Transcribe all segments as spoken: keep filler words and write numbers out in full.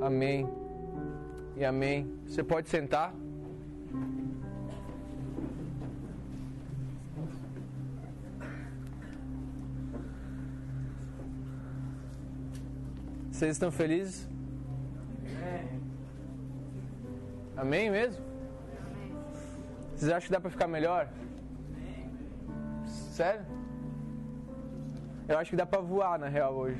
Amém e amém. Você pode sentar. Vocês estão felizes? Amém. Amém mesmo? Amém. Vocês acham que dá pra ficar melhor? Amém. Sério? Eu acho que dá pra voar na real hoje.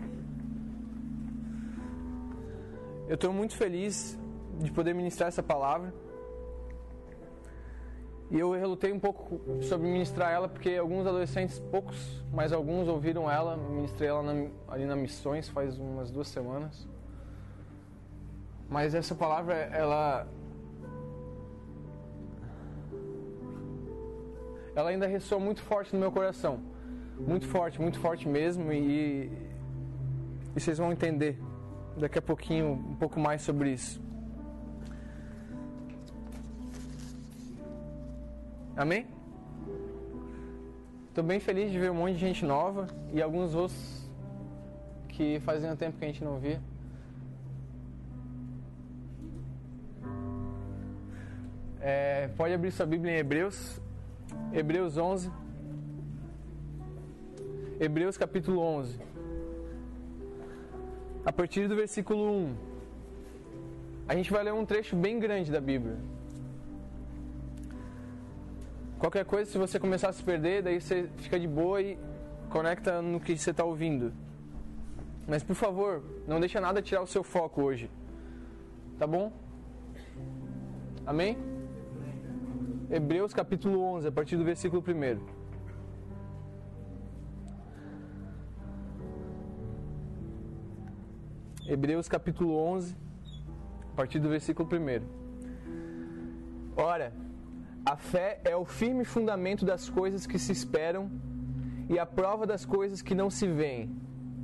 Eu estou muito feliz de poder ministrar essa palavra. E eu relutei um pouco sobre ministrar ela, porque alguns adolescentes, poucos, mas alguns ouviram ela. Ministrei ela na, ali na Missões faz umas duas semanas. Mas essa palavra, ela... Ela ainda ressoa muito forte no meu coração. Muito forte, muito forte mesmo. E, e vocês vão entender daqui a pouquinho um pouco mais sobre isso. Amém? Estou bem feliz de ver um monte de gente nova e alguns outros que fazia tempo que a gente não via. É, pode abrir sua Bíblia em Hebreus, Hebreus onze. Hebreus capítulo onze. A partir do versículo um. A gente vai ler um trecho bem grande da Bíblia. Qualquer coisa, se você começar a se perder, daí você fica de boa e conecta no que você está ouvindo. Mas por favor, não deixa nada tirar o seu foco hoje. Tá bom? Amém? Hebreus capítulo onze, a partir do versículo um. Hebreus capítulo onze, a partir do versículo um. Ora, a fé é o firme fundamento das coisas que se esperam e a prova das coisas que não se veem.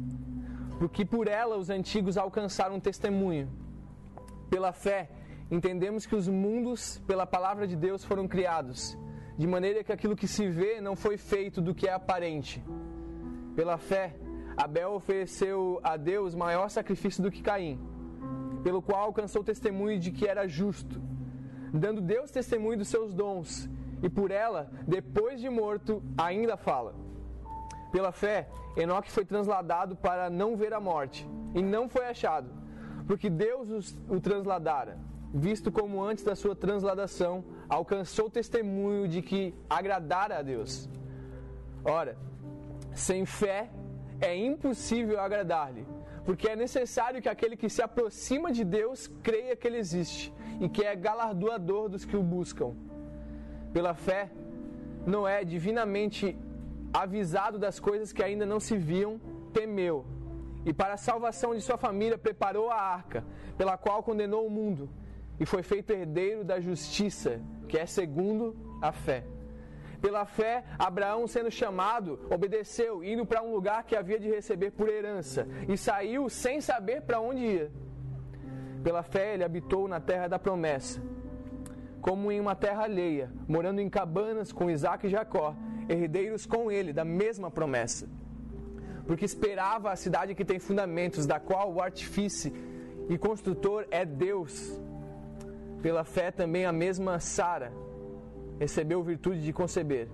Porque por ela os antigos alcançaram um testemunho. Pela fé, entendemos que os mundos, pela palavra de Deus, foram criados, de maneira que aquilo que se vê não foi feito do que é aparente. Pela fé, Abel ofereceu a Deus maior sacrifício do que Caim, pelo qual alcançou o testemunho de que era justo, dando Deus testemunho dos seus dons, e por ela, depois de morto, ainda fala. Pela fé, Enoque foi transladado para não ver a morte, e não foi achado, porque Deus o transladara, visto como antes da sua transladação, alcançou o testemunho de que agradara a Deus. Ora, sem fé é impossível agradar-lhe, porque é necessário que aquele que se aproxima de Deus creia que Ele existe e que é galardoador dos que o buscam. Pela fé, Noé, divinamente avisado das coisas que ainda não se viam, temeu, e para a salvação de sua família preparou a arca, pela qual condenou o mundo, e foi feito herdeiro da justiça, que é segundo a fé. Pela fé, Abraão, sendo chamado, obedeceu, indo para um lugar que havia de receber por herança, e saiu sem saber para onde ia. Pela fé, ele habitou na terra da promessa, como em uma terra alheia, morando em cabanas com Isaque e Jacó, herdeiros com ele da mesma promessa. Porque esperava a cidade que tem fundamentos, da qual o artífice e construtor é Deus. Pela fé também a mesma Sara recebeu virtude de conceber,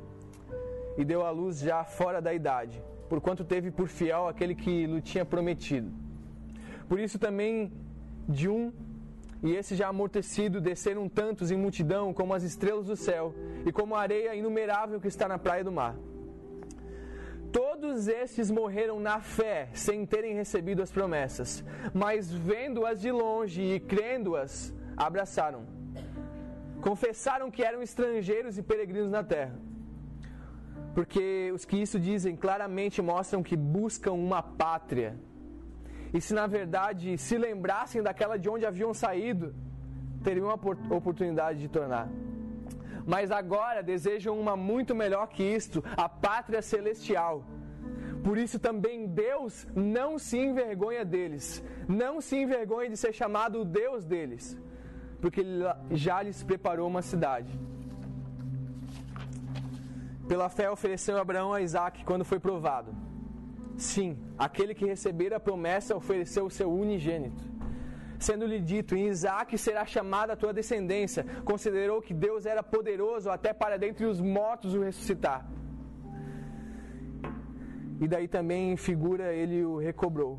e deu à luz já fora da idade, porquanto teve por fiel aquele que lhe tinha prometido. Por isso também de um, e esse já amortecido, desceram tantos em multidão como as estrelas do céu, e como a areia inumerável que está na praia do mar. Todos estes morreram na fé, sem terem recebido as promessas, mas vendo-as de longe e crendo-as, abraçaram. Confessaram que eram estrangeiros e peregrinos na terra. Porque os que isso dizem claramente mostram que buscam uma pátria. E se na verdade se lembrassem daquela de onde haviam saído, teriam a oportunidade de tornar. Mas agora desejam uma muito melhor que isto, a pátria celestial. Por isso também Deus não se envergonha deles, não se envergonha de ser chamado o Deus deles, porque Ele já lhes preparou uma cidade. Pela fé ofereceu Abraão a Isaque quando foi provado. Sim, aquele que recebera a promessa ofereceu o seu unigênito, sendo-lhe dito, em Isaque será chamada a tua descendência, considerou que Deus era poderoso até para dentre os mortos o ressuscitar. E daí também em figura ele o recobrou.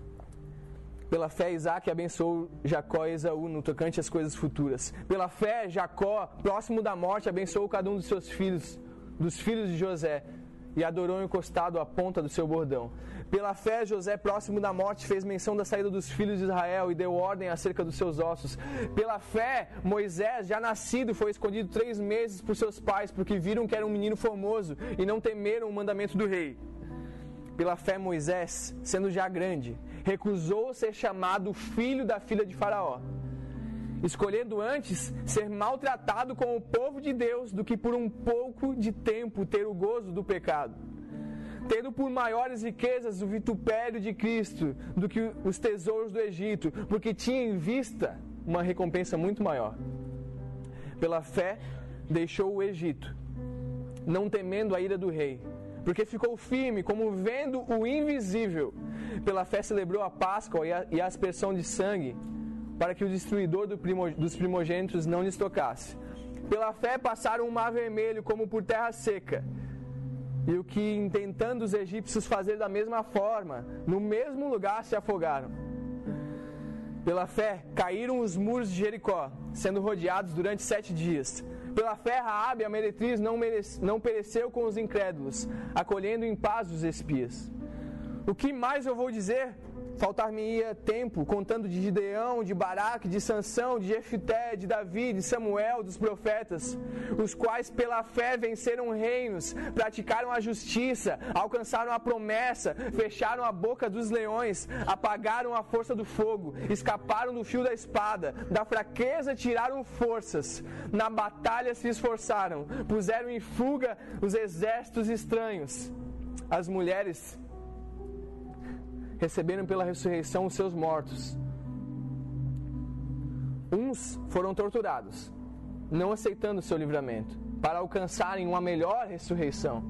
Pela fé, Isaque abençoou Jacó e Esaú no tocante às coisas futuras. Pela fé, Jacó, próximo da morte, abençoou cada um dos seus filhos, dos filhos de José, e adorou encostado à ponta do seu bordão. Pela fé, José, próximo da morte, fez menção da saída dos filhos de Israel e deu ordem acerca dos seus ossos. Pela fé, Moisés, já nascido, foi escondido três meses por seus pais, porque viram que era um menino formoso e não temeram o mandamento do rei. Pela fé, Moisés, sendo já grande, recusou ser chamado filho da filha de Faraó, escolhendo antes ser maltratado com o povo de Deus do que por um pouco de tempo ter o gozo do pecado, tendo por maiores riquezas o vitupério de Cristo do que os tesouros do Egito, porque tinha em vista uma recompensa muito maior. Pela fé, deixou o Egito, não temendo a ira do rei, porque ficou firme, como vendo o invisível. Pela fé celebrou a Páscoa e a, e a aspersão de sangue, para que o destruidor do primo, dos primogênitos não lhes tocasse. Pela fé passaram o mar vermelho como por terra seca, e o que, intentando os egípcios fazer da mesma forma, no mesmo lugar se afogaram. Pela fé caíram os muros de Jericó, sendo rodeados durante sete dias. Pela fé, Raabe, a meretriz, não, merece, não pereceu com os incrédulos, acolhendo em paz os espias. O que mais eu vou dizer? Faltar-me-ia tempo, contando de Gideão, de Baraque, de Sansão, de Jefité, de Davi, de Samuel, dos profetas, os quais pela fé venceram reinos, praticaram a justiça, alcançaram a promessa, fecharam a boca dos leões, apagaram a força do fogo, escaparam do fio da espada, da fraqueza tiraram forças, na batalha se esforçaram, puseram em fuga os exércitos estranhos. As mulheres receberam pela ressurreição os seus mortos. Uns foram torturados, não aceitando o seu livramento, para alcançarem uma melhor ressurreição.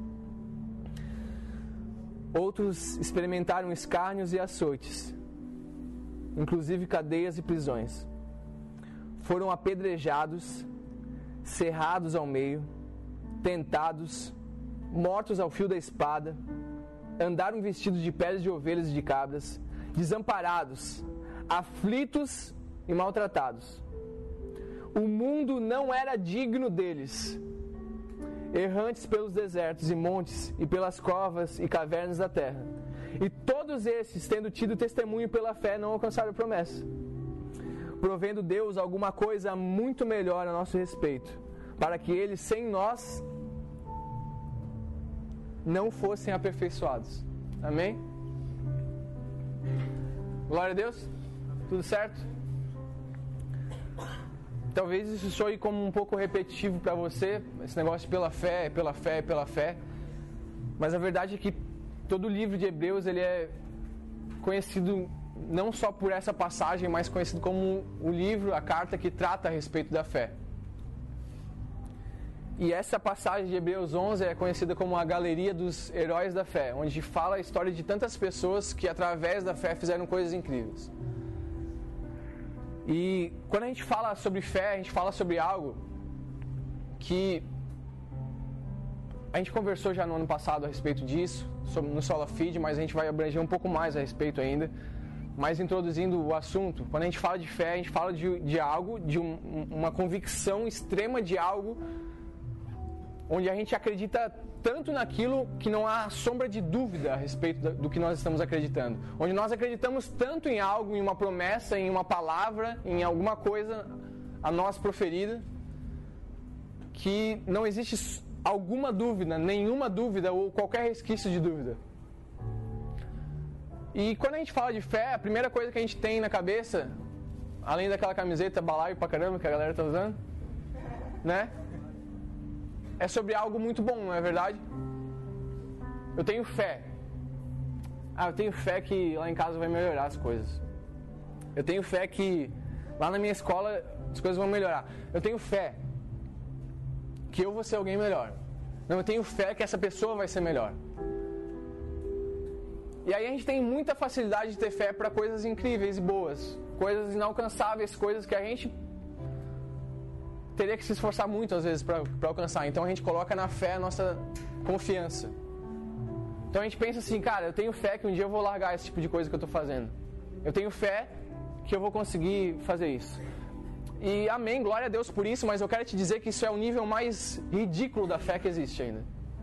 Outros experimentaram escárnios e açoites, inclusive cadeias e prisões. Foram apedrejados, cerrados ao meio, tentados, mortos ao fio da espada, andaram vestidos de peles de ovelhas e de cabras, desamparados, aflitos e maltratados. O mundo não era digno deles, errantes pelos desertos e montes e pelas covas e cavernas da terra. E todos esses, tendo tido testemunho pela fé, não alcançaram a promessa, provendo Deus alguma coisa muito melhor a nosso respeito, para que eles, sem nós, não fossem aperfeiçoados. Amém? Glória a Deus? Tudo certo? Talvez isso soe como um pouco repetitivo para você, esse negócio de pela fé, pela fé, pela fé. Mas a verdade é que todo o livro de Hebreus ele é conhecido não só por essa passagem, mas conhecido como o livro, a carta que trata a respeito da fé. E essa passagem de Hebreus onze é conhecida como a galeria dos heróis da fé, onde fala a história de tantas pessoas que através da fé fizeram coisas incríveis. E quando a gente fala sobre fé, a gente fala sobre algo que a gente conversou já no ano passado a respeito disso, no Sola Feed, mas a gente vai abranger um pouco mais a respeito ainda. Mas introduzindo o assunto, quando a gente fala de fé, a gente fala de, de algo, de um, uma convicção extrema de algo onde a gente acredita tanto naquilo que não há sombra de dúvida a respeito do que nós estamos acreditando. Onde nós acreditamos tanto em algo, em uma promessa, em uma palavra, em alguma coisa a nós proferida, que não existe alguma dúvida, nenhuma dúvida ou qualquer resquício de dúvida. E quando a gente fala de fé, a primeira coisa que a gente tem na cabeça, além daquela camiseta balaio pra caramba que a galera tá usando, né? É sobre algo muito bom, não é verdade? Eu tenho fé. Ah, eu tenho fé que lá em casa vai melhorar as coisas. Eu tenho fé que lá na minha escola as coisas vão melhorar. Eu tenho fé que eu vou ser alguém melhor. Não, eu tenho fé que essa pessoa vai ser melhor. E aí a gente tem muita facilidade de ter fé para coisas incríveis e boas, coisas inalcançáveis, coisas que a gente teria que se esforçar muito às vezes para alcançar. Então a gente coloca na fé a nossa confiança. Então a gente pensa assim, cara, eu tenho fé que um dia eu vou largar esse tipo de coisa que eu estou fazendo. Eu tenho fé que eu vou conseguir fazer isso. E amém, glória a Deus por isso, mas eu quero te dizer que isso é o nível mais ridículo da fé que existe ainda.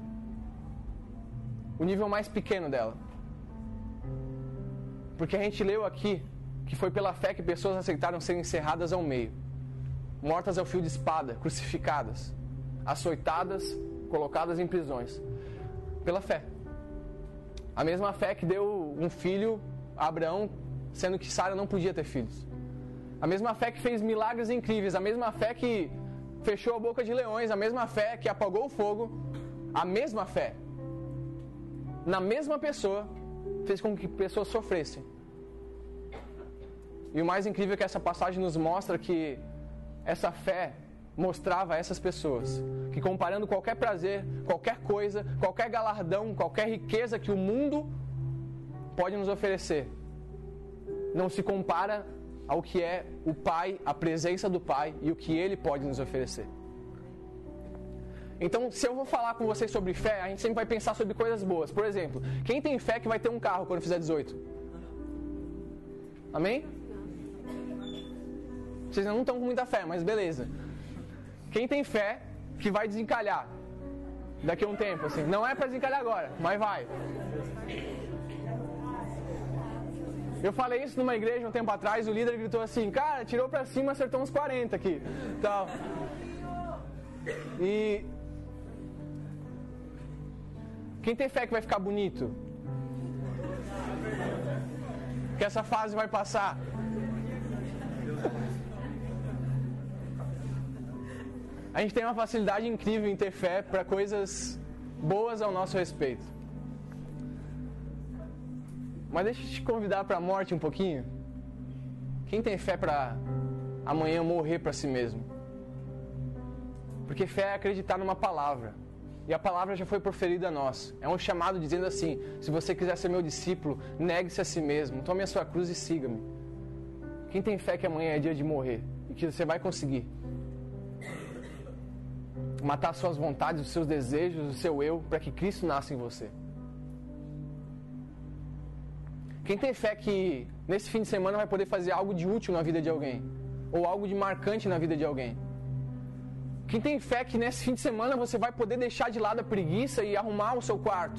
O nível mais pequeno dela. Porque a gente leu aqui que foi pela fé que pessoas aceitaram ser encerradas ao meio, mortas ao fio de espada, crucificadas, açoitadas, colocadas em prisões. Pela fé. A mesma fé que deu um filho a Abraão, sendo que Sara não podia ter filhos. A mesma fé que fez milagres incríveis, a mesma fé que fechou a boca de leões, a mesma fé que apagou o fogo, a mesma fé, na mesma pessoa, fez com que pessoas sofressem. E o mais incrível é que essa passagem nos mostra que essa fé mostrava a essas pessoas que, comparando qualquer prazer, qualquer coisa, qualquer galardão, qualquer riqueza que o mundo pode nos oferecer, não se compara ao que é o Pai, a presença do Pai e o que Ele pode nos oferecer. Então, se eu vou falar com vocês sobre fé, a gente sempre vai pensar sobre coisas boas. Por exemplo, quem tem fé que vai ter um carro quando fizer dezoito? Amém? Vocês não estão com muita fé, mas beleza. Quem tem fé que vai desencalhar daqui a um tempo, assim. Não é para desencalhar agora, mas vai. Eu falei isso numa igreja um tempo atrás, o líder gritou assim, cara, tirou pra cima, acertou uns quarenta aqui. Tal. E quem tem fé que vai ficar bonito? Que essa fase vai passar. A gente tem uma facilidade incrível em ter fé para coisas boas ao nosso respeito. Mas deixa eu te convidar para a morte um pouquinho. Quem tem fé para amanhã morrer para si mesmo? Porque fé é acreditar numa palavra. E a palavra já foi proferida a nós. É um chamado dizendo assim, se você quiser ser meu discípulo, negue-se a si mesmo, tome a sua cruz e siga-me. Quem tem fé que amanhã é dia de morrer? E que você vai conseguir matar suas vontades, os seus desejos, o seu eu, para que Cristo nasça em você. Quem tem fé que nesse fim de semana vai poder fazer algo de útil na vida de alguém, ou algo de marcante na vida de alguém. Quem tem fé que nesse fim de semana você vai poder deixar de lado a preguiça e arrumar o seu quarto.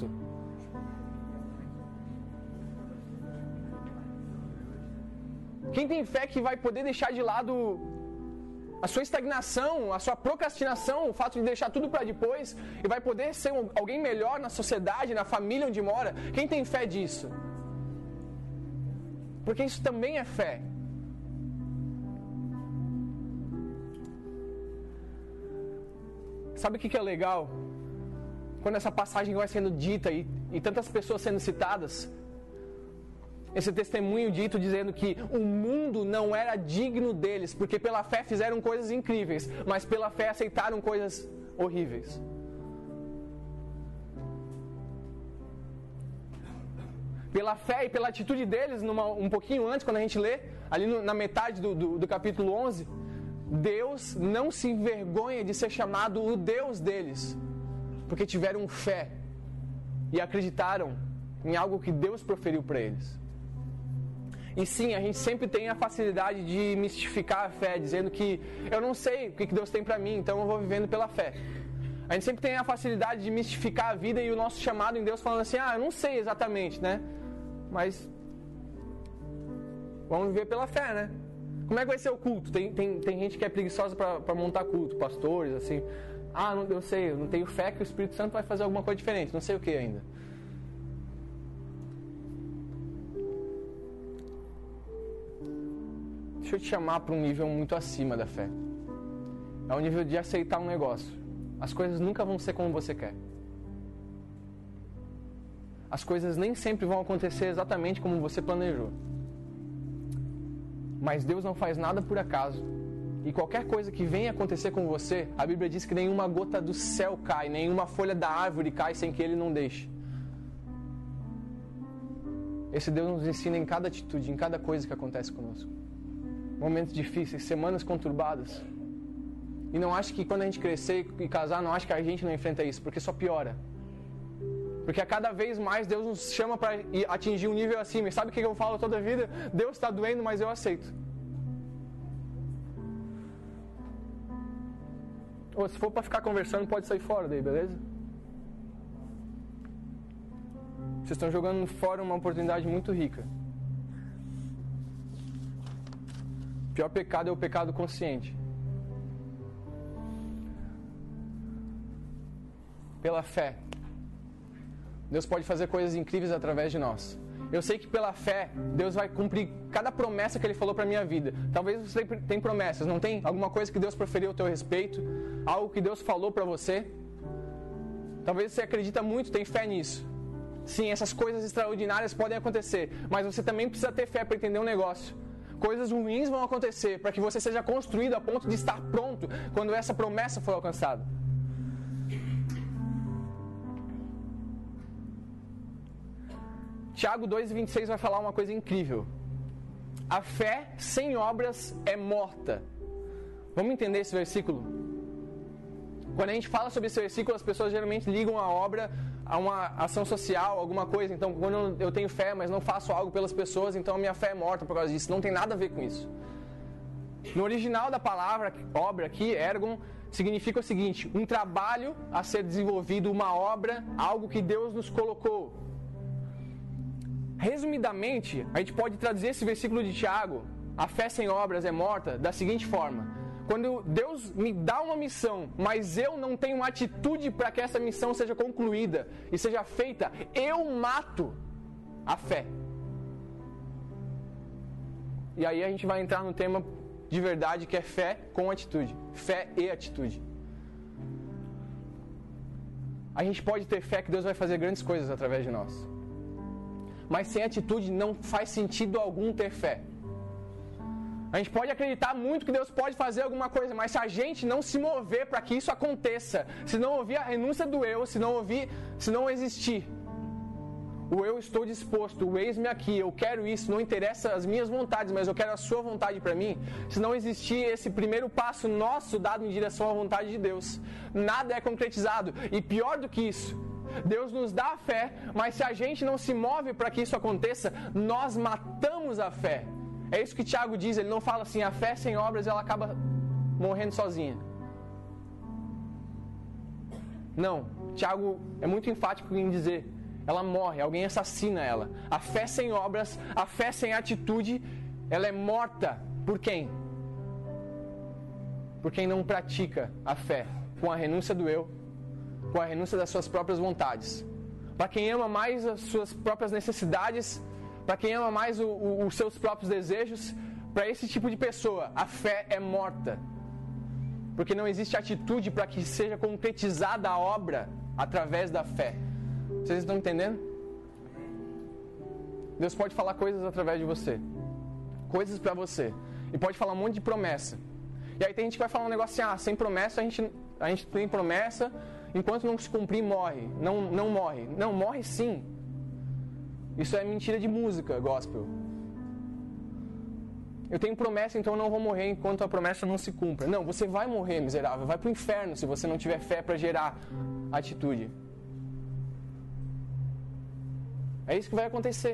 Quem tem fé que vai poder deixar de lado a sua estagnação, a sua procrastinação, o fato de deixar tudo para depois e vai poder ser alguém melhor na sociedade, na família onde mora. Quem tem fé disso? Porque isso também é fé. Sabe o que é legal? Quando essa passagem vai sendo dita e, e tantas pessoas sendo citadas, esse testemunho dito dizendo que o mundo não era digno deles, porque pela fé fizeram coisas incríveis, mas pela fé aceitaram coisas horríveis. Pela fé e pela atitude deles, numa, um pouquinho antes, quando a gente lê, ali no, na metade do, do, do capítulo onze, Deus não se envergonha de ser chamado o Deus deles, porque tiveram fé e acreditaram em algo que Deus proferiu para eles. E sim, a gente sempre tem a facilidade de mistificar a fé, dizendo que eu não sei o que Deus tem para mim, então eu vou vivendo pela fé. A gente sempre tem a facilidade de mistificar a vida e o nosso chamado em Deus falando assim, ah, eu não sei exatamente, né? Mas vamos viver pela fé, né? Como é que vai ser o culto? Tem, tem, tem gente que é preguiçosa para montar culto, pastores, assim. Ah, não, eu sei, eu não tenho fé que o Espírito Santo vai fazer alguma coisa diferente, não sei o que ainda. Deixa eu te chamar para um nível muito acima da fé. É o nível de aceitar um negócio. As coisas nunca vão ser como você quer. As coisas nem sempre vão acontecer exatamente como você planejou. Mas Deus não faz nada por acaso. E qualquer coisa que venha acontecer com você, a Bíblia diz que nenhuma gota do céu cai, nenhuma folha da árvore cai sem que Ele não deixe. esse Deus nos ensina em cada atitude, em cada coisa que acontece conosco. Momentos difíceis, semanas conturbadas. E não acho que quando a gente crescer e casar, não acho que a gente não enfrenta isso, porque só piora. Porque a cada vez mais Deus nos chama para atingir um nível acima. E sabe o que eu falo toda a vida? Deus está doendo, mas eu aceito. Ou se for para ficar conversando, pode sair fora daí, beleza? Vocês estão jogando fora uma oportunidade muito rica. O pior pecado é o pecado consciente. Pela fé, Deus pode fazer coisas incríveis através de nós. Eu sei que pela fé, Deus vai cumprir cada promessa que Ele falou para a minha vida. Talvez você tenha promessas, não tem? Alguma coisa que Deus proferiu ao teu respeito? Algo que Deus falou para você? Talvez você acredita muito, tem fé nisso. Sim, essas coisas extraordinárias podem acontecer, mas você também precisa ter fé para entender um negócio. Coisas ruins vão acontecer para que você seja construído a ponto de estar pronto quando essa promessa for alcançada. Tiago dois, vinte e seis vai falar uma coisa incrível. A fé sem obras é morta. Vamos entender esse versículo? Quando a gente fala sobre esse versículo, as pessoas geralmente ligam a obra a uma ação social, alguma coisa. Então, quando eu tenho fé, mas não faço algo pelas pessoas, então a minha fé é morta por causa disso. Não tem nada a ver com isso. No original da palavra, obra aqui, ergon, significa o seguinte: um trabalho a ser desenvolvido, uma obra, algo que Deus nos colocou. Resumidamente, a gente pode traduzir esse versículo de Tiago, a fé sem obras é morta, da seguinte forma: quando Deus me dá uma missão, mas eu não tenho uma atitude para que essa missão seja concluída e seja feita, eu mato a fé. E aí a gente vai entrar no tema de verdade, que é fé com atitude. Fé e atitude. A gente pode ter fé que Deus vai fazer grandes coisas através de nós. Mas sem atitude não faz sentido algum ter fé. A gente pode acreditar muito que Deus pode fazer alguma coisa, mas se a gente não se mover para que isso aconteça, se não ouvir a renúncia do eu, se não ouvir, se não existir, o eu estou disposto, o eis-me aqui, eu quero isso, não interessa as minhas vontades, mas eu quero a sua vontade para mim. Se não existir esse primeiro passo nosso dado em direção à vontade de Deus, nada é concretizado. E pior do que isso, Deus nos dá a fé, mas se a gente não se move para que isso aconteça, nós matamos a fé. É isso que Tiago diz, ele não fala assim, a fé sem obras ela acaba morrendo sozinha. Não, Tiago é muito enfático em dizer, ela morre, alguém assassina ela. A fé sem obras, a fé sem atitude, ela é morta. Por quem? Por quem não pratica a fé com a renúncia do eu, com a renúncia das suas próprias vontades. Para quem ama mais as suas próprias necessidades, para quem ama mais o, o, os seus próprios desejos, para esse tipo de pessoa, a fé é morta. Porque não existe atitude para que seja concretizada a obra através da fé. Vocês estão entendendo? Deus pode falar coisas através de você. Coisas para você. E pode falar um monte de promessa. E aí tem gente que vai falar um negócio assim, ah, sem promessa a gente, a gente tem promessa, enquanto não se cumprir morre. Não, não morre. Não, morre sim. Isso é mentira de música, gospel. Eu tenho promessa, então eu não vou morrer enquanto a promessa não se cumpra. Não, você vai morrer, miserável. Vai para o inferno se você não tiver fé para gerar atitude. É isso que vai acontecer.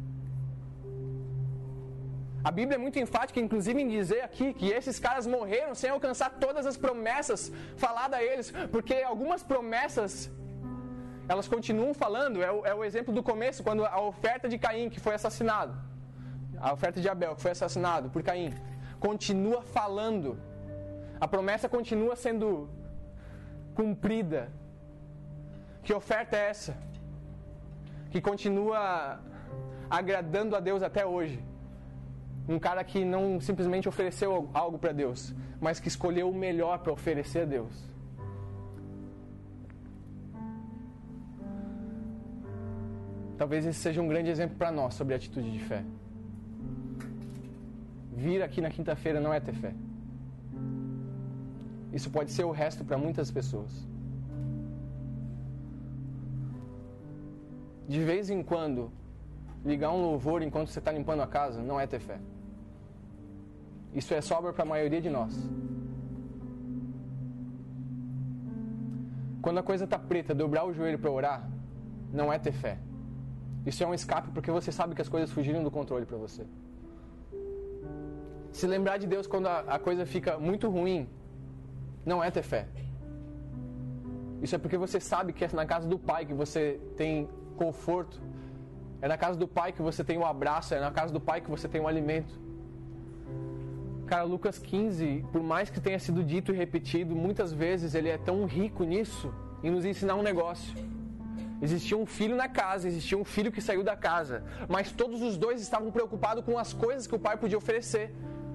A Bíblia é muito enfática, inclusive, em dizer aqui que esses caras morreram sem alcançar todas as promessas faladas a eles, porque algumas promessas, elas continuam falando. É o, é o exemplo do começo, quando a oferta de Caim, que foi assassinado, a oferta de Abel, que foi assassinado por Caim, continua falando. A promessa continua sendo cumprida. Que oferta é essa? Que continua agradando a Deus até hoje. Um cara que não simplesmente ofereceu algo para Deus, mas que escolheu o melhor para oferecer a Deus. Talvez esse seja um grande exemplo para nós sobre a atitude de fé. Vir aqui na quinta-feira não é ter fé. Isso pode ser o resto para muitas pessoas. De vez em quando, ligar um louvor enquanto você está limpando a casa não é ter fé. Isso é sobra para a maioria de nós. Quando a coisa está preta, dobrar o joelho para orar não é ter fé. Isso é um escape porque você sabe que as coisas fugiram do controle para você. Se lembrar de Deus quando a, a coisa fica muito ruim não é ter fé. Isso é porque você sabe que é na casa do Pai que você tem conforto. É na casa do Pai que você tem o abraço. É na casa do Pai que você tem o alimento. Cara, Lucas quinze, por mais que tenha sido dito e repetido, muitas vezes ele é tão rico nisso em nos ensinar um negócio. Existia um filho na casa, existia um filho que saiu da casa, mas todos os dois estavam preocupados com as coisas que o pai podia oferecer.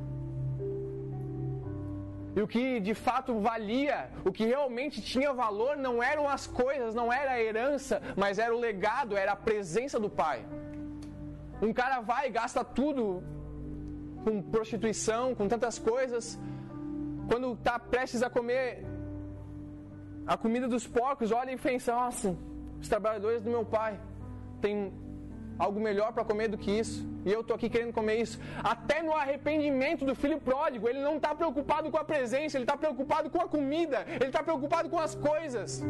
E o que de fato valia, o que realmente tinha valor, não eram as coisas, não era a herança, mas era o legado, era a presença do pai. Um cara vai e gasta tudo com prostituição, com tantas coisas. Quando está prestes a comer a comida dos porcos, olha e pensa, nossa, os trabalhadores do meu pai têm algo melhor para comer do que isso, e eu estou aqui querendo comer isso. Até no arrependimento do filho pródigo, ele não está preocupado com a presença, ele está preocupado com a comida, ele está preocupado com as coisas,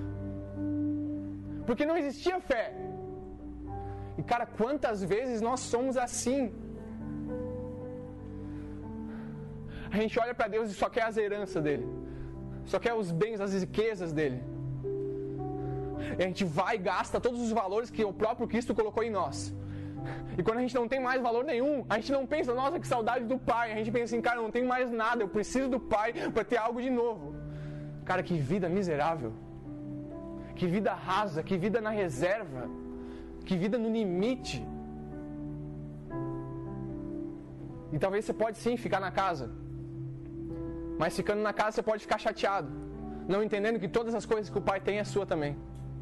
porque não existia fé. E cara, quantas vezes nós somos assim? A gente olha para Deus e só quer as heranças dele, só quer os bens, as riquezas dele. E a gente vai e gasta todos os valores que o próprio Cristo colocou em nós. E quando a gente não tem mais valor nenhum, a gente não pensa, nossa, que saudade do Pai. A gente pensa assim, cara, eu não tenho mais nada, eu preciso do Pai para ter algo de novo. Cara, que vida miserável. Que vida rasa, que vida na reserva. Que vida no limite. E talvez você pode sim ficar na casa. Mas ficando na casa você pode ficar chateado, não entendendo que todas as coisas que o pai tem é sua também.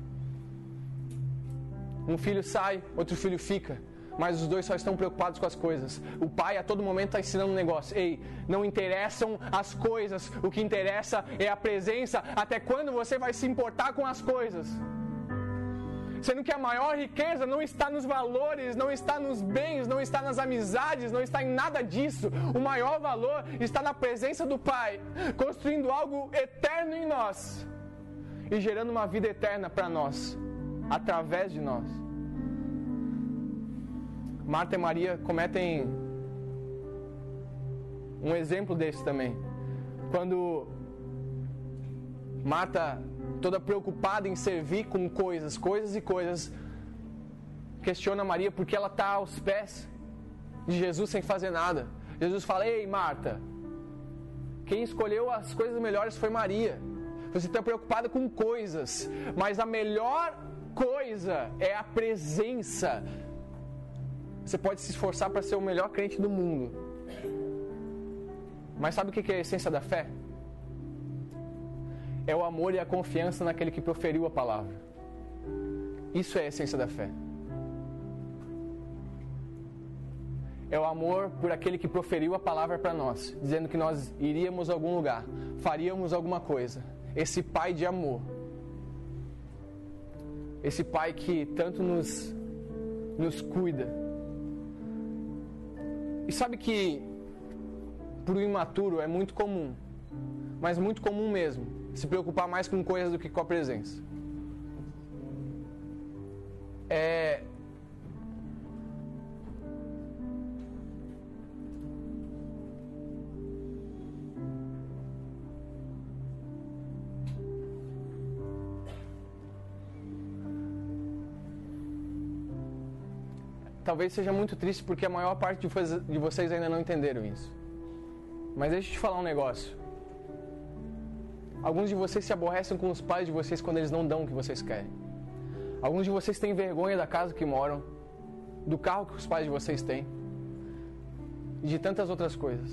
Um filho sai, outro filho fica, mas os dois só estão preocupados com as coisas. O pai a todo momento está ensinando um negócio. Ei, não interessam as coisas, o que interessa é a presença. Até quando você vai se importar com as coisas? Sendo que a maior riqueza não está nos valores, não está nos bens, não está nas amizades, não está em nada disso. O maior valor está na presença do Pai, construindo algo eterno em nós e gerando uma vida eterna para nós, através de nós. Marta e Maria cometem um exemplo desse também. Quando Marta, toda preocupada em servir com coisas, coisas e coisas, questiona Maria porque ela está aos pés de Jesus sem fazer nada. Jesus fala, ei Marta, quem escolheu as coisas melhores foi Maria. Você está preocupada com coisas, mas a melhor coisa é a presença. Você pode se esforçar para ser o melhor crente do mundo, mas sabe o que é a essência da fé? É o amor e a confiança naquele que proferiu a palavra. Isso é a essência da fé. É o amor por aquele que proferiu a palavra para nós, dizendo que nós iríamos a algum lugar, faríamos alguma coisa. Esse Pai de amor. Esse Pai que tanto nos, nos cuida. E sabe que para o imaturo é muito comum, mas muito comum mesmo, se preocupar mais com coisas do que com a presença. É... Talvez seja muito triste porque a maior parte de vocês ainda não entenderam isso. Mas deixa eu te falar um negócio. Alguns de vocês se aborrecem com os pais de vocês quando eles não dão o que vocês querem. Alguns de vocês têm vergonha da casa que moram, do carro que os pais de vocês têm e de tantas outras coisas.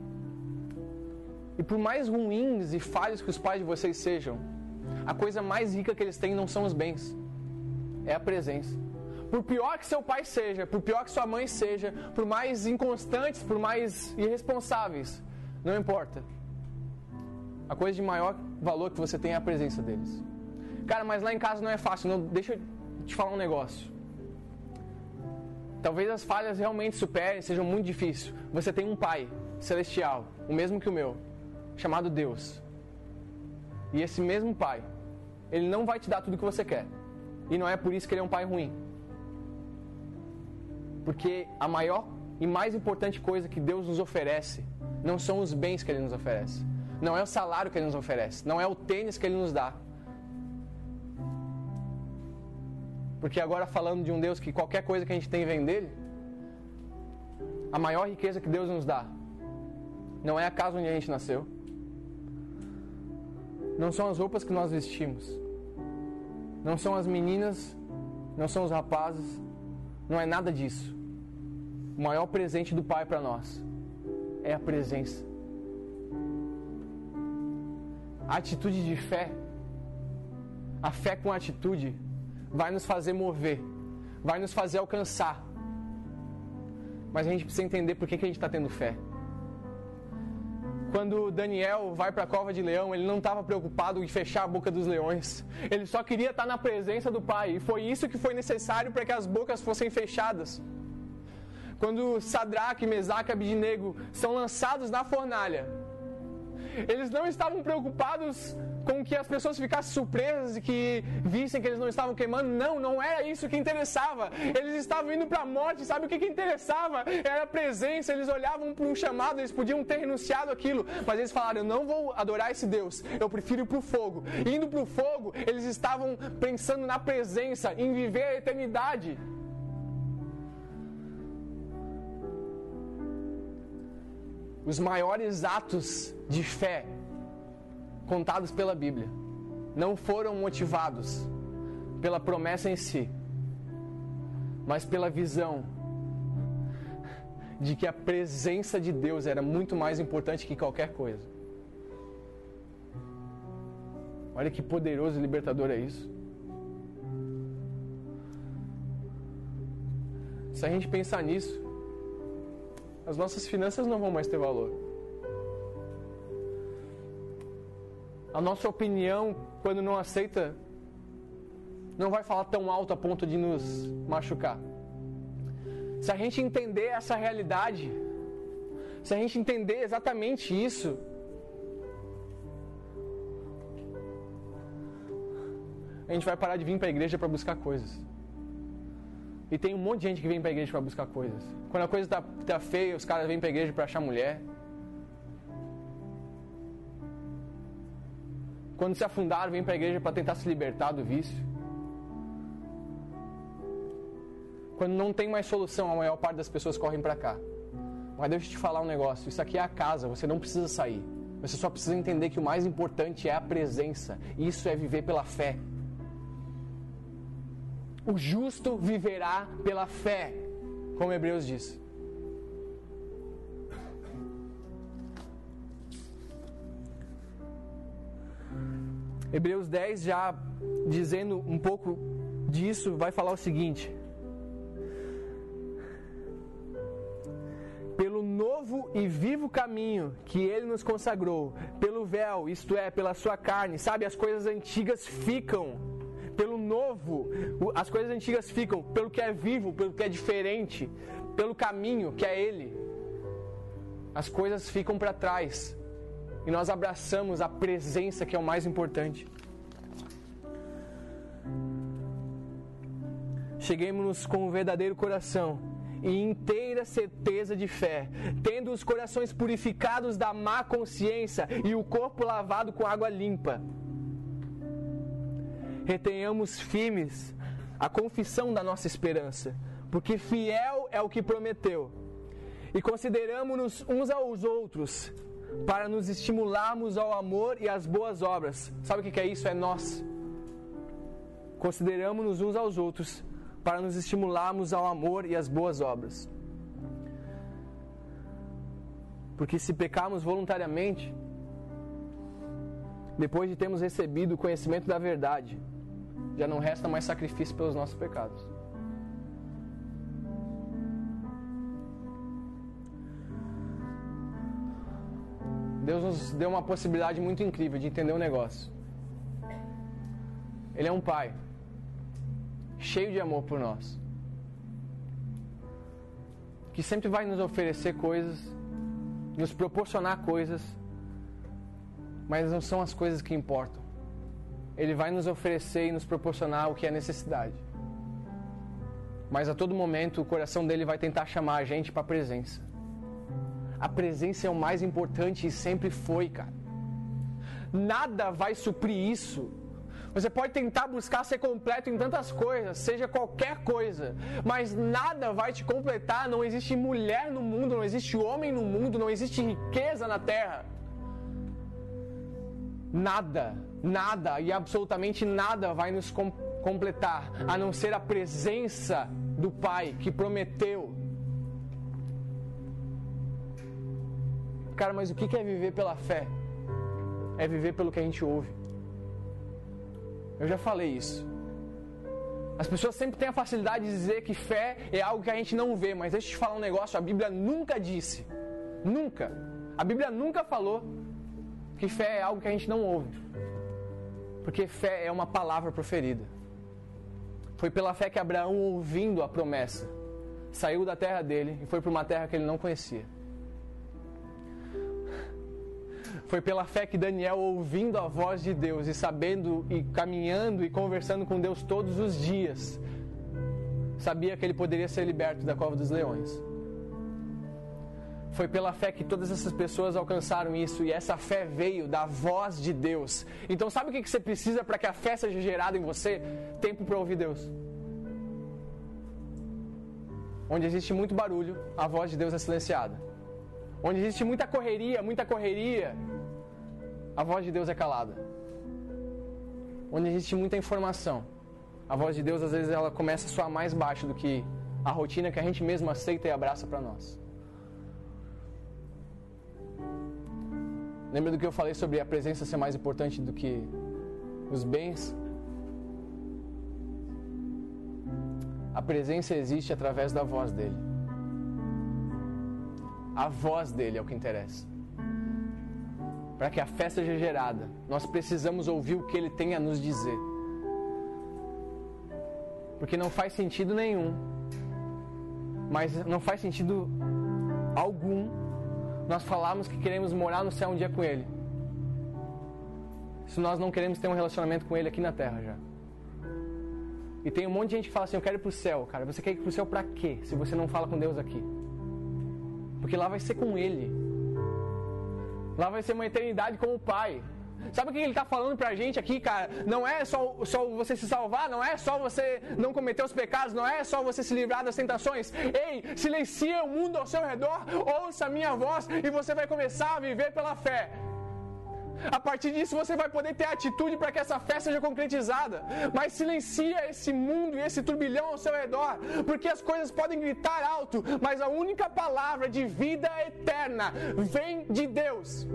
E por mais ruins e falhos que os pais de vocês sejam, a coisa mais rica que eles têm não são os bens, é a presença. Por pior que seu pai seja, por pior que sua mãe seja, por mais inconstantes, por mais irresponsáveis, não importa. A coisa de maior valor que você tem é a presença deles. Cara, mas lá em casa não é fácil. Não, deixa eu te falar um negócio. Talvez as falhas realmente superem, sejam muito difíceis. Você tem um Pai celestial, o mesmo que o meu, chamado Deus. E esse mesmo Pai, Ele não vai te dar tudo o que você quer. E não é por isso que Ele é um Pai ruim. Porque a maior e mais importante coisa que Deus nos oferece não são os bens que Ele nos oferece. Não é o salário que Ele nos oferece. Não é o tênis que Ele nos dá. Porque agora falando de um Deus que qualquer coisa que a gente tem vem dele, a maior riqueza que Deus nos dá não é a casa onde a gente nasceu, não são as roupas que nós vestimos, não são as meninas, não são os rapazes, não é nada disso. O maior presente do Pai para nós é a presença. A atitude de fé, a fé com atitude, vai nos fazer mover, vai nos fazer alcançar. Mas a gente precisa entender por que, que a gente está tendo fé. Quando Daniel vai para a cova de leão, ele não estava preocupado em fechar a boca dos leões. Ele só queria estar na presença do Pai. E foi isso que foi necessário para que as bocas fossem fechadas. Quando Sadraque, Mesaque e Abidnego são lançados na fornalha, eles não estavam preocupados com que as pessoas ficassem surpresas e que vissem que eles não estavam queimando. Não, não era isso que interessava. Eles estavam indo para a morte. Sabe o que, que interessava? Era a presença. Eles olhavam para um chamado, eles podiam ter renunciado aquilo, mas eles falaram: eu não vou adorar esse Deus, eu prefiro ir para o fogo. Indo para o fogo, eles estavam pensando na presença, em viver a eternidade. Os maiores atos de fé contados pela Bíblia não foram motivados pela promessa em si, mas pela visão de que a presença de Deus era muito mais importante que qualquer coisa. Olha que poderoso e libertador é isso. Se a gente pensar nisso, as nossas finanças não vão mais ter valor. A nossa opinião, quando não aceita, não vai falar tão alto a ponto de nos machucar. Se a gente entender essa realidade, se a gente entender exatamente isso, a gente vai parar de vir para a igreja para buscar coisas. E tem um monte de gente que vem para a igreja para buscar coisas. Quando a coisa está tá feia, os caras vêm para a igreja para achar mulher. Quando se afundaram, vêm para a igreja para tentar se libertar do vício. Quando não tem mais solução, a maior parte das pessoas correm para cá. Mas deixa eu te falar um negócio. Isso aqui é a casa, você não precisa sair. Você só precisa entender que o mais importante é a presença. Isso é viver pela fé. O justo viverá pela fé, como Hebreus diz. Hebreus dez, já dizendo um pouco disso, vai falar o seguinte: pelo novo e vivo caminho que Ele nos consagrou, pelo véu, isto é, pela sua carne, sabe, as coisas antigas ficam. Pelo novo, as coisas antigas ficam, pelo que é vivo, pelo que é diferente, pelo caminho que é Ele. As coisas ficam para trás e nós abraçamos a presença, que é o mais importante. Cheguemos-nos com um verdadeiro coração e inteira certeza de fé, tendo os corações purificados da má consciência e o corpo lavado com água limpa. Retenhamos firmes a confissão da nossa esperança, porque fiel é o que prometeu. E consideramos-nos uns aos outros para nos estimularmos ao amor e às boas obras. Sabe o que é isso? É nós. Consideramos-nos uns aos outros para nos estimularmos ao amor e às boas obras. Porque se pecarmos voluntariamente, depois de termos recebido o conhecimento da verdade, já não resta mais sacrifício pelos nossos pecados. Deus nos deu uma possibilidade muito incrível de entender um negócio. Ele é um Pai cheio de amor por nós. que sempre vai nos oferecer coisas, nos proporcionar coisas, mas não são as coisas que importam. Ele vai nos oferecer e nos proporcionar o que é necessidade. Mas a todo momento o coração dele vai tentar chamar a gente para a presença. A presença é o mais importante e sempre foi, cara. Nada vai suprir isso. Você pode tentar buscar ser completo em tantas coisas, seja qualquer coisa, mas nada vai te completar. Não existe mulher no mundo, não existe homem no mundo, não existe riqueza na terra. Nada, nada e absolutamente nada vai nos com- completar, a não ser a presença do Pai que prometeu. Cara, mas o que é viver pela fé? É viver pelo que a gente ouve. Eu já falei isso. As pessoas sempre têm a facilidade de dizer que fé é algo que a gente não vê, mas deixa eu te falar um negócio, a Bíblia nunca disse, nunca, a Bíblia nunca falou que fé é algo que a gente não ouve. Porque fé é uma palavra proferida. Foi pela fé que Abraão, ouvindo a promessa, saiu da terra dele e foi para uma terra que ele não conhecia. Foi pela fé que Daniel, ouvindo a voz de Deus e sabendo e caminhando e conversando com Deus todos os dias, sabia que ele poderia ser liberto da cova dos leões. Foi pela fé que todas essas pessoas alcançaram isso, e essa fé veio da voz de Deus. Então sabe o que você precisa para que a fé seja gerada em você? Tempo para ouvir Deus. Onde existe muito barulho, a voz de Deus é silenciada. Onde existe muita correria, muita correria, a voz de Deus é calada. Onde existe muita informação, a voz de Deus às vezes ela começa a soar mais baixo do que a rotina que a gente mesmo aceita e abraça para nós. Lembra do que eu falei sobre a presença ser mais importante do que os bens? A presença existe através da voz dele. A voz dele é o que interessa. Para que a fé seja gerada, nós precisamos ouvir o que ele tem a nos dizer. Porque não faz sentido nenhum, mas não faz sentido algum nós falarmos que queremos morar no céu um dia com ele, se nós não queremos ter um relacionamento com ele aqui na terra já. E tem um monte de gente que fala assim, eu quero ir pro céu. Cara, você quer ir pro céu pra quê? Se você não fala com Deus aqui. Porque lá vai ser com ele. Lá vai ser uma eternidade com o Pai. Sabe o que ele está falando pra gente aqui, cara? Não é só, só você se salvar, não é só você não cometer os pecados, não é só você se livrar das tentações. Ei, silencia o mundo ao seu redor, ouça a minha voz e você vai começar a viver pela fé. A partir disso você vai poder ter atitude para que essa fé seja concretizada. Mas silencia esse mundo e esse turbilhão ao seu redor, porque as coisas podem gritar alto, mas a única palavra de vida eterna vem de Deus.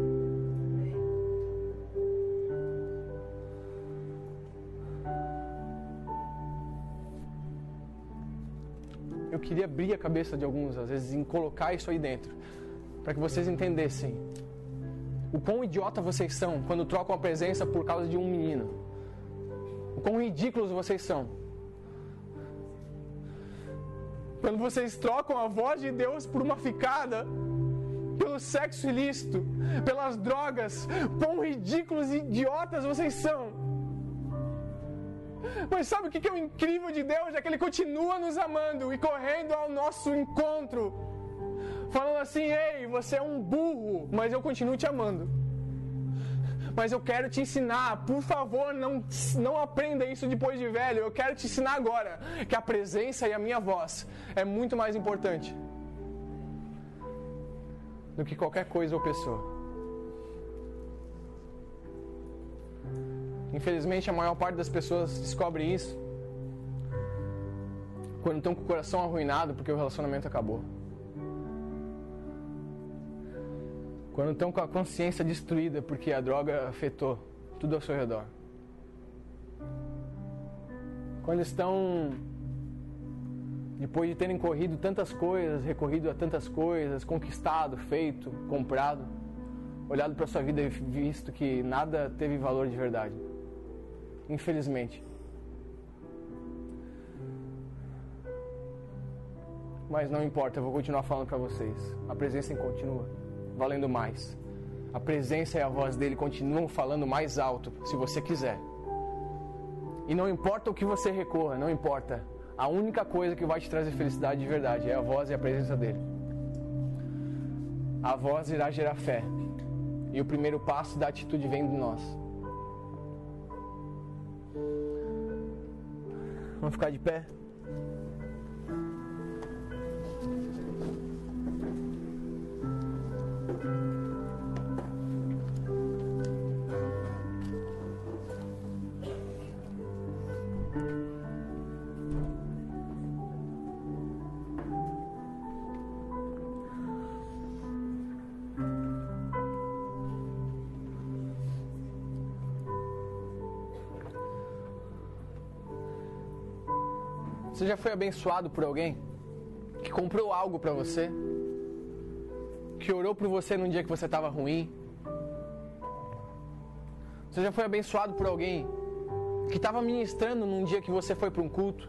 Eu queria abrir a cabeça de alguns, às vezes, em colocar isso aí dentro, para que vocês entendessem o quão idiota vocês são quando trocam a presença por causa de um menino. O quão ridículos vocês são quando vocês trocam a voz de Deus por uma ficada, pelo sexo ilícito, pelas drogas. Quão ridículos e idiotas vocês são. Mas sabe o que é o incrível de Deus? É que Ele continua nos amando e correndo ao nosso encontro, falando assim, ei, você é um burro, mas eu continuo te amando. Mas eu quero te ensinar, por favor, não, não aprenda isso depois de velho. Eu quero te ensinar agora que a presença e a minha voz é muito mais importante do que qualquer coisa ou pessoa. Infelizmente, a maior parte das pessoas descobre isso quando estão com o coração arruinado porque o relacionamento acabou. Quando estão com a consciência destruída porque a droga afetou tudo ao seu redor. Quando estão, depois de terem corrido tantas coisas, recorrido a tantas coisas, conquistado, feito, comprado, olhado para a sua vida e visto que nada teve valor de verdade. Infelizmente. mas não importa, eu vou continuar falando para vocês. A presença continua valendo mais. A presença e a voz dele continuam falando mais alto, se você quiser. E não importa o que você recorra, não importa. A única coisa que vai te trazer felicidade de verdade é a voz e a presença dele. A voz irá gerar fé. E o primeiro passo da atitude vem de nós. Vamos ficar de pé? Você já foi abençoado por alguém que comprou algo para você? Que orou por você num dia que você estava ruim? Você já foi abençoado por alguém que estava ministrando num dia que você foi para um culto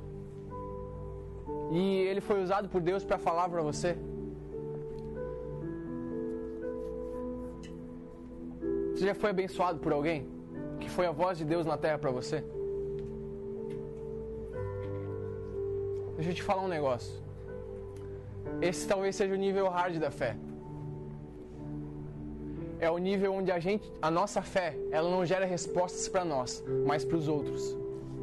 e ele foi usado por Deus para falar para você? Você já foi abençoado por alguém que foi a voz de Deus na terra para você? Deixa eu te falar um negócio. Esse talvez seja o nível hard da fé. É o nível onde a gente, a nossa fé, ela não gera respostas para nós, mas para os outros.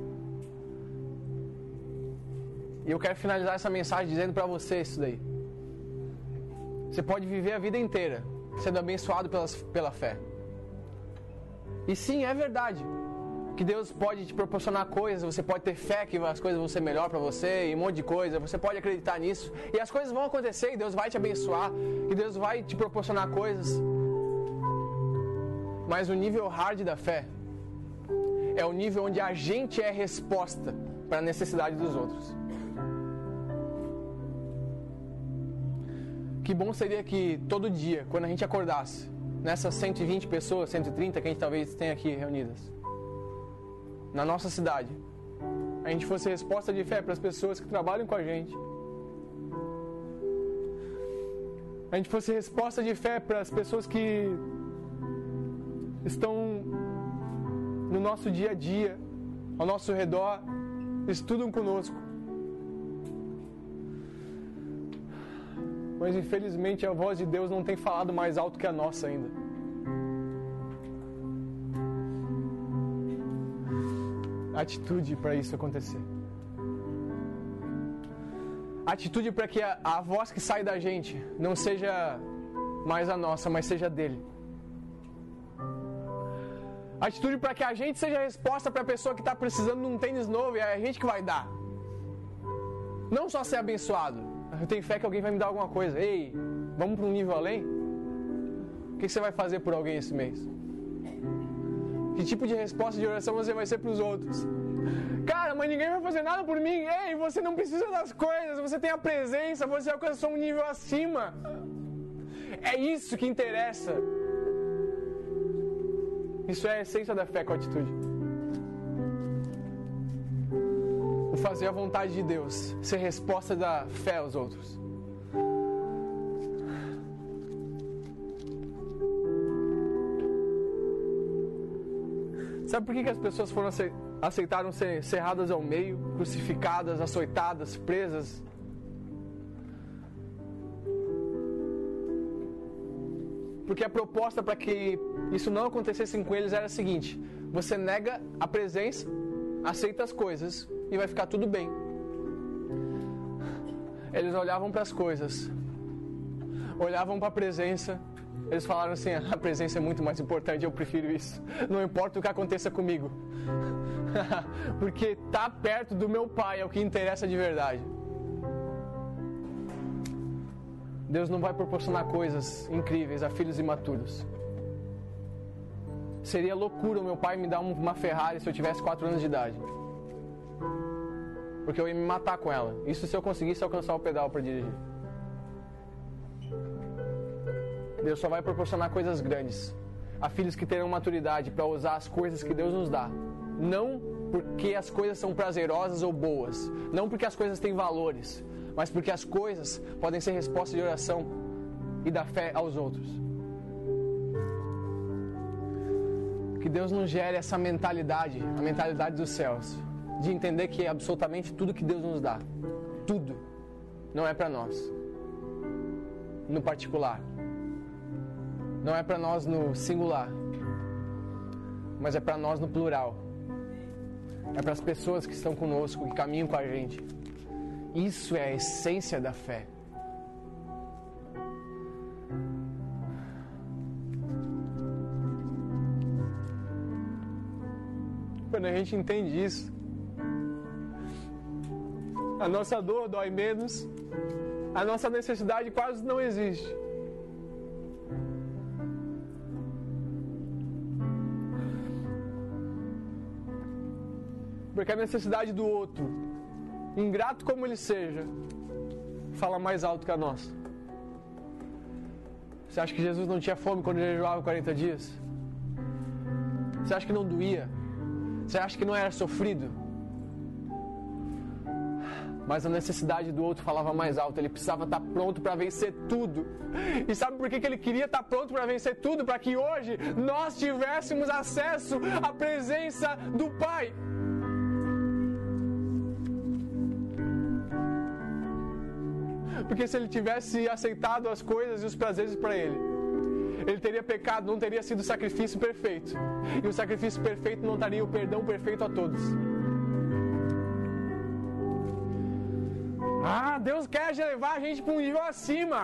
E eu quero finalizar essa mensagem dizendo para você isso daí. Você pode viver a vida inteira sendo abençoado pelas, pela fé. E sim, é verdade que Deus pode te proporcionar coisas, você pode ter fé que as coisas vão ser melhor para você e um monte de coisa, você pode acreditar nisso e as coisas vão acontecer e Deus vai te abençoar e Deus vai te proporcionar coisas. Mas o nível hard da fé é o nível onde a gente é resposta para a necessidade dos outros. Que bom seria que todo dia, quando a gente acordasse, nessas cento e vinte pessoas, cento e trinta que a gente talvez tenha aqui reunidas, na nossa cidade, a gente fosse resposta de fé para as pessoas que trabalham com a gente. A gente fosse resposta de fé para as pessoas que estão no nosso dia a dia, ao nosso redor, estudam conosco. Mas infelizmente a voz de Deus não tem falado mais alto que a nossa ainda. Atitude para isso acontecer. Atitude para que a, a voz que sai da gente não seja mais a nossa, mas seja dele. Atitude para que a gente seja a resposta para a pessoa que está precisando de um tênis novo e é a gente que vai dar. Não só ser abençoado. Eu tenho fé que alguém vai me dar alguma coisa. Ei, vamos para um nível além? O que você vai fazer por alguém esse mês? Que tipo de resposta de oração você vai ser para os outros? Cara, mas ninguém vai fazer nada por mim. Ei, você não precisa das coisas. Você tem a presença, você alcançou um nível acima. É isso que interessa. Isso é a essência da fé com atitude. O fazer a vontade de Deus, ser resposta da fé aos outros. Sabe por que, que as pessoas foram aceitaram ser serradas ao meio, crucificadas, açoitadas, presas? Porque a proposta para que isso não acontecesse com eles era a seguinte: você nega a presença, aceita as coisas e vai ficar tudo bem. Eles olhavam para as coisas, olhavam para a presença. Eles falaram assim: a presença é muito mais importante, eu prefiro isso. Não importa o que aconteça comigo. Porque estar perto do meu Pai é o que interessa de verdade. Deus não vai proporcionar coisas incríveis a filhos imaturos. Seria loucura o meu pai me dar uma Ferrari se eu tivesse quatro anos de idade. Porque eu ia me matar com ela. Isso se eu conseguisse alcançar o pedal para dirigir. Deus só vai proporcionar coisas grandes a filhos que terão maturidade para usar as coisas que Deus nos dá. Não porque as coisas são prazerosas ou boas, não porque as coisas têm valores, mas porque as coisas podem ser resposta de oração e da fé aos outros. Que Deus nos gere essa mentalidade, a mentalidade dos céus, de entender que absolutamente tudo que Deus nos dá, tudo, não é para nós, no particular, não é para nós no singular, mas é para nós no plural, é para as pessoas que estão conosco, que caminham com a gente. Isso é a essência da fé. Quando a gente entende isso, a nossa dor dói menos, a nossa necessidade quase não existe. Porque a necessidade do outro, ingrato como ele seja, fala mais alto que a nossa. Você acha que Jesus não tinha fome quando jejuava quarenta dias? Você acha que não doía? Você acha que não era sofrido? Mas a necessidade do outro falava mais alto. Ele precisava estar pronto para vencer tudo. E sabe por que ele queria estar pronto para vencer tudo? Para que hoje nós tivéssemos acesso à presença do Pai. Porque se ele tivesse aceitado as coisas e os prazeres para ele, ele teria pecado, não teria sido o sacrifício perfeito. E o sacrifício perfeito não daria o perdão perfeito a todos. Ah, Deus quer levar a gente para um nível acima.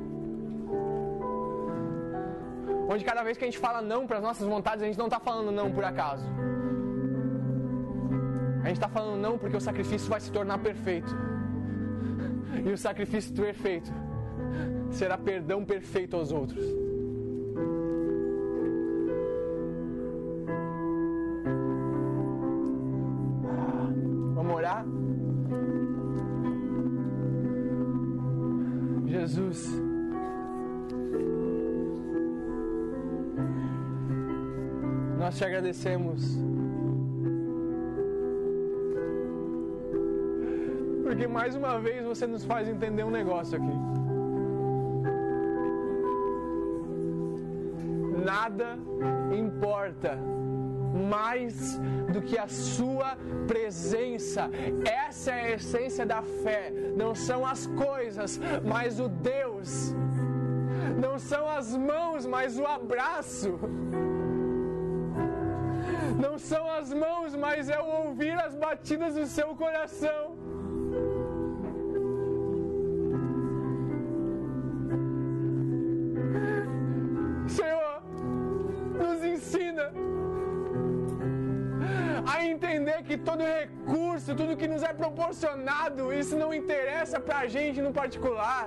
Onde cada vez que a gente fala não para as nossas vontades, a gente não está falando não por acaso. A gente está falando não porque o sacrifício vai se tornar perfeito. E o sacrifício perfeito será perdão perfeito aos outros. Vamos orar? Jesus, nós te agradecemos porque mais uma vez você nos faz entender um negócio aqui. Nada importa mais do que a sua presença. Essa é a essência da fé. Não são as coisas, mas o Deus. Não são as mãos, mas o abraço. Não são as mãos, mas é o ouvir as batidas do seu coração. Senhor, nos ensina a entender que todo recurso, tudo que nos é proporcionado, isso não interessa pra gente no particular.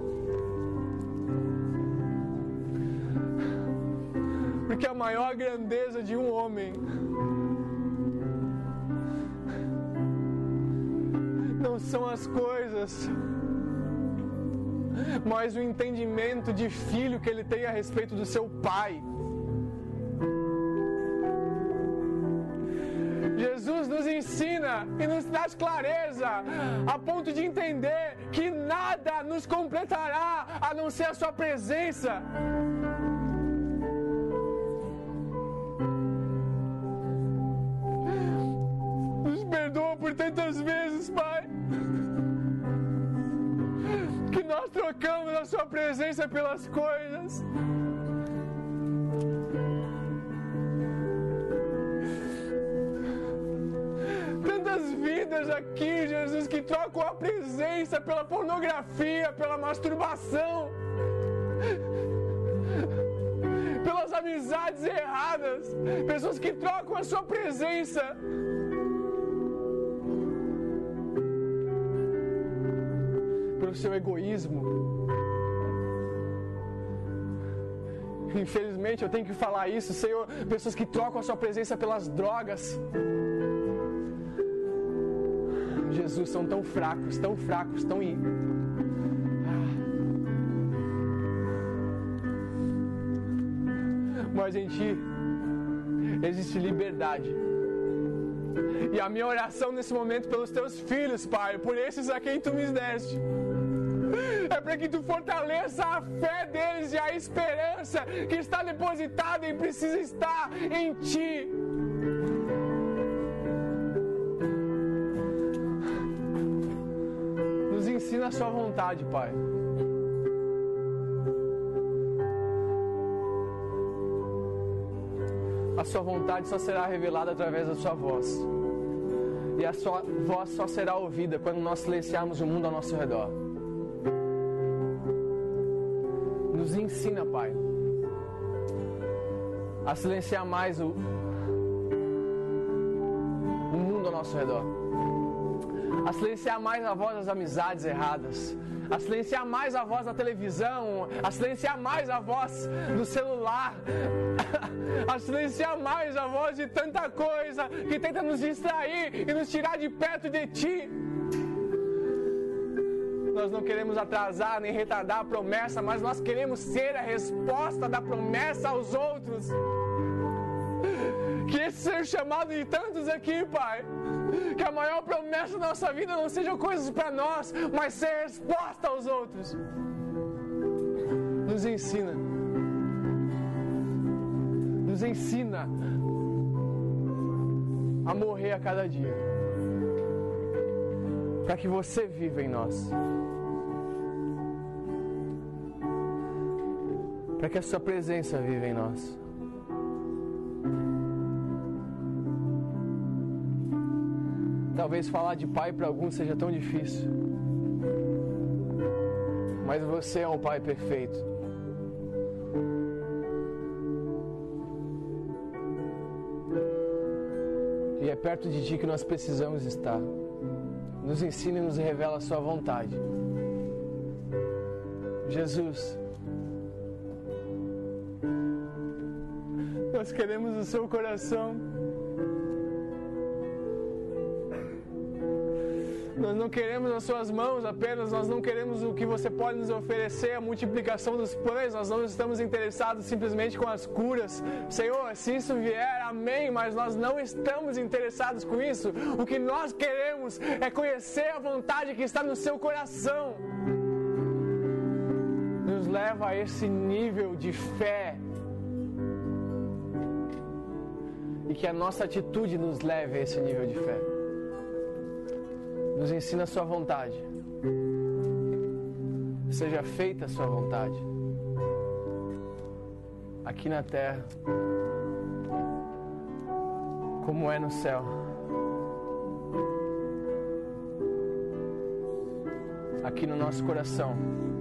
Porque a maior grandeza de um homem não são as coisas, mas o entendimento de filho que ele tem a respeito do seu pai. Jesus nos ensina e nos traz clareza a ponto de entender que nada nos completará a não ser a sua presença. Nos perdoa por tantas vezes, Pai, que nós trocamos a sua presença pelas coisas. Tantas vidas aqui, Jesus, que trocam a presença pela pornografia, pela masturbação, pelas amizades erradas. Pessoas que trocam a sua presença pelo seu egoísmo. Infelizmente eu tenho que falar isso, Senhor. Pessoas que trocam a sua presença pelas drogas. Jesus, são tão fracos, tão fracos, tão... In... Ah. Mas em Ti existe liberdade. E a minha oração nesse momento pelos teus filhos, Pai, por esses a quem tu me deste, é para que tu fortaleça a fé deles e a esperança que está depositada e precisa estar em ti. Nos ensina a sua vontade, Pai. A sua vontade só será revelada através da sua voz. E a sua voz só será ouvida quando nós silenciarmos o mundo ao nosso redor. Nos ensina, Pai, a silenciar mais o, o mundo ao nosso redor. A silenciar mais a voz das amizades erradas. A silenciar mais a voz da televisão. A silenciar mais a voz do celular. A silenciar mais a voz de tanta coisa que tenta nos distrair e nos tirar de perto de ti. Nós não queremos atrasar nem retardar a promessa, mas nós queremos ser a resposta da promessa aos outros. Que esse ser chamado de tantos aqui, Pai, que a maior promessa da nossa vida não seja coisas para nós, mas ser resposta aos outros. Nos ensina. Nos ensina a morrer a cada dia, para que você viva em nós, para que a sua presença viva em nós. Talvez falar de pai para alguns seja tão difícil, mas você é um pai perfeito. E é perto de ti que nós precisamos estar. Nos ensina e nos revela a sua vontade. Jesus, nós queremos o seu coração. Nós não queremos as suas mãos apenas, nós não queremos o que você pode nos oferecer, a multiplicação dos pães, nós não estamos interessados simplesmente com as curas. Senhor, se isso vier, amém, mas nós não estamos interessados com isso. O que nós queremos é conhecer a vontade que está no seu coração. Nos leva a esse nível de fé. E que a nossa atitude nos leve a esse nível de fé. Nos ensina a sua vontade. Seja feita a sua vontade. Aqui na terra, como é no céu. Aqui no nosso coração.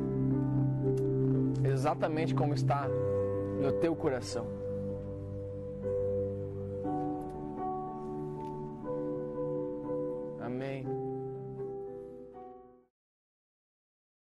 Exatamente como está no teu coração. Amém.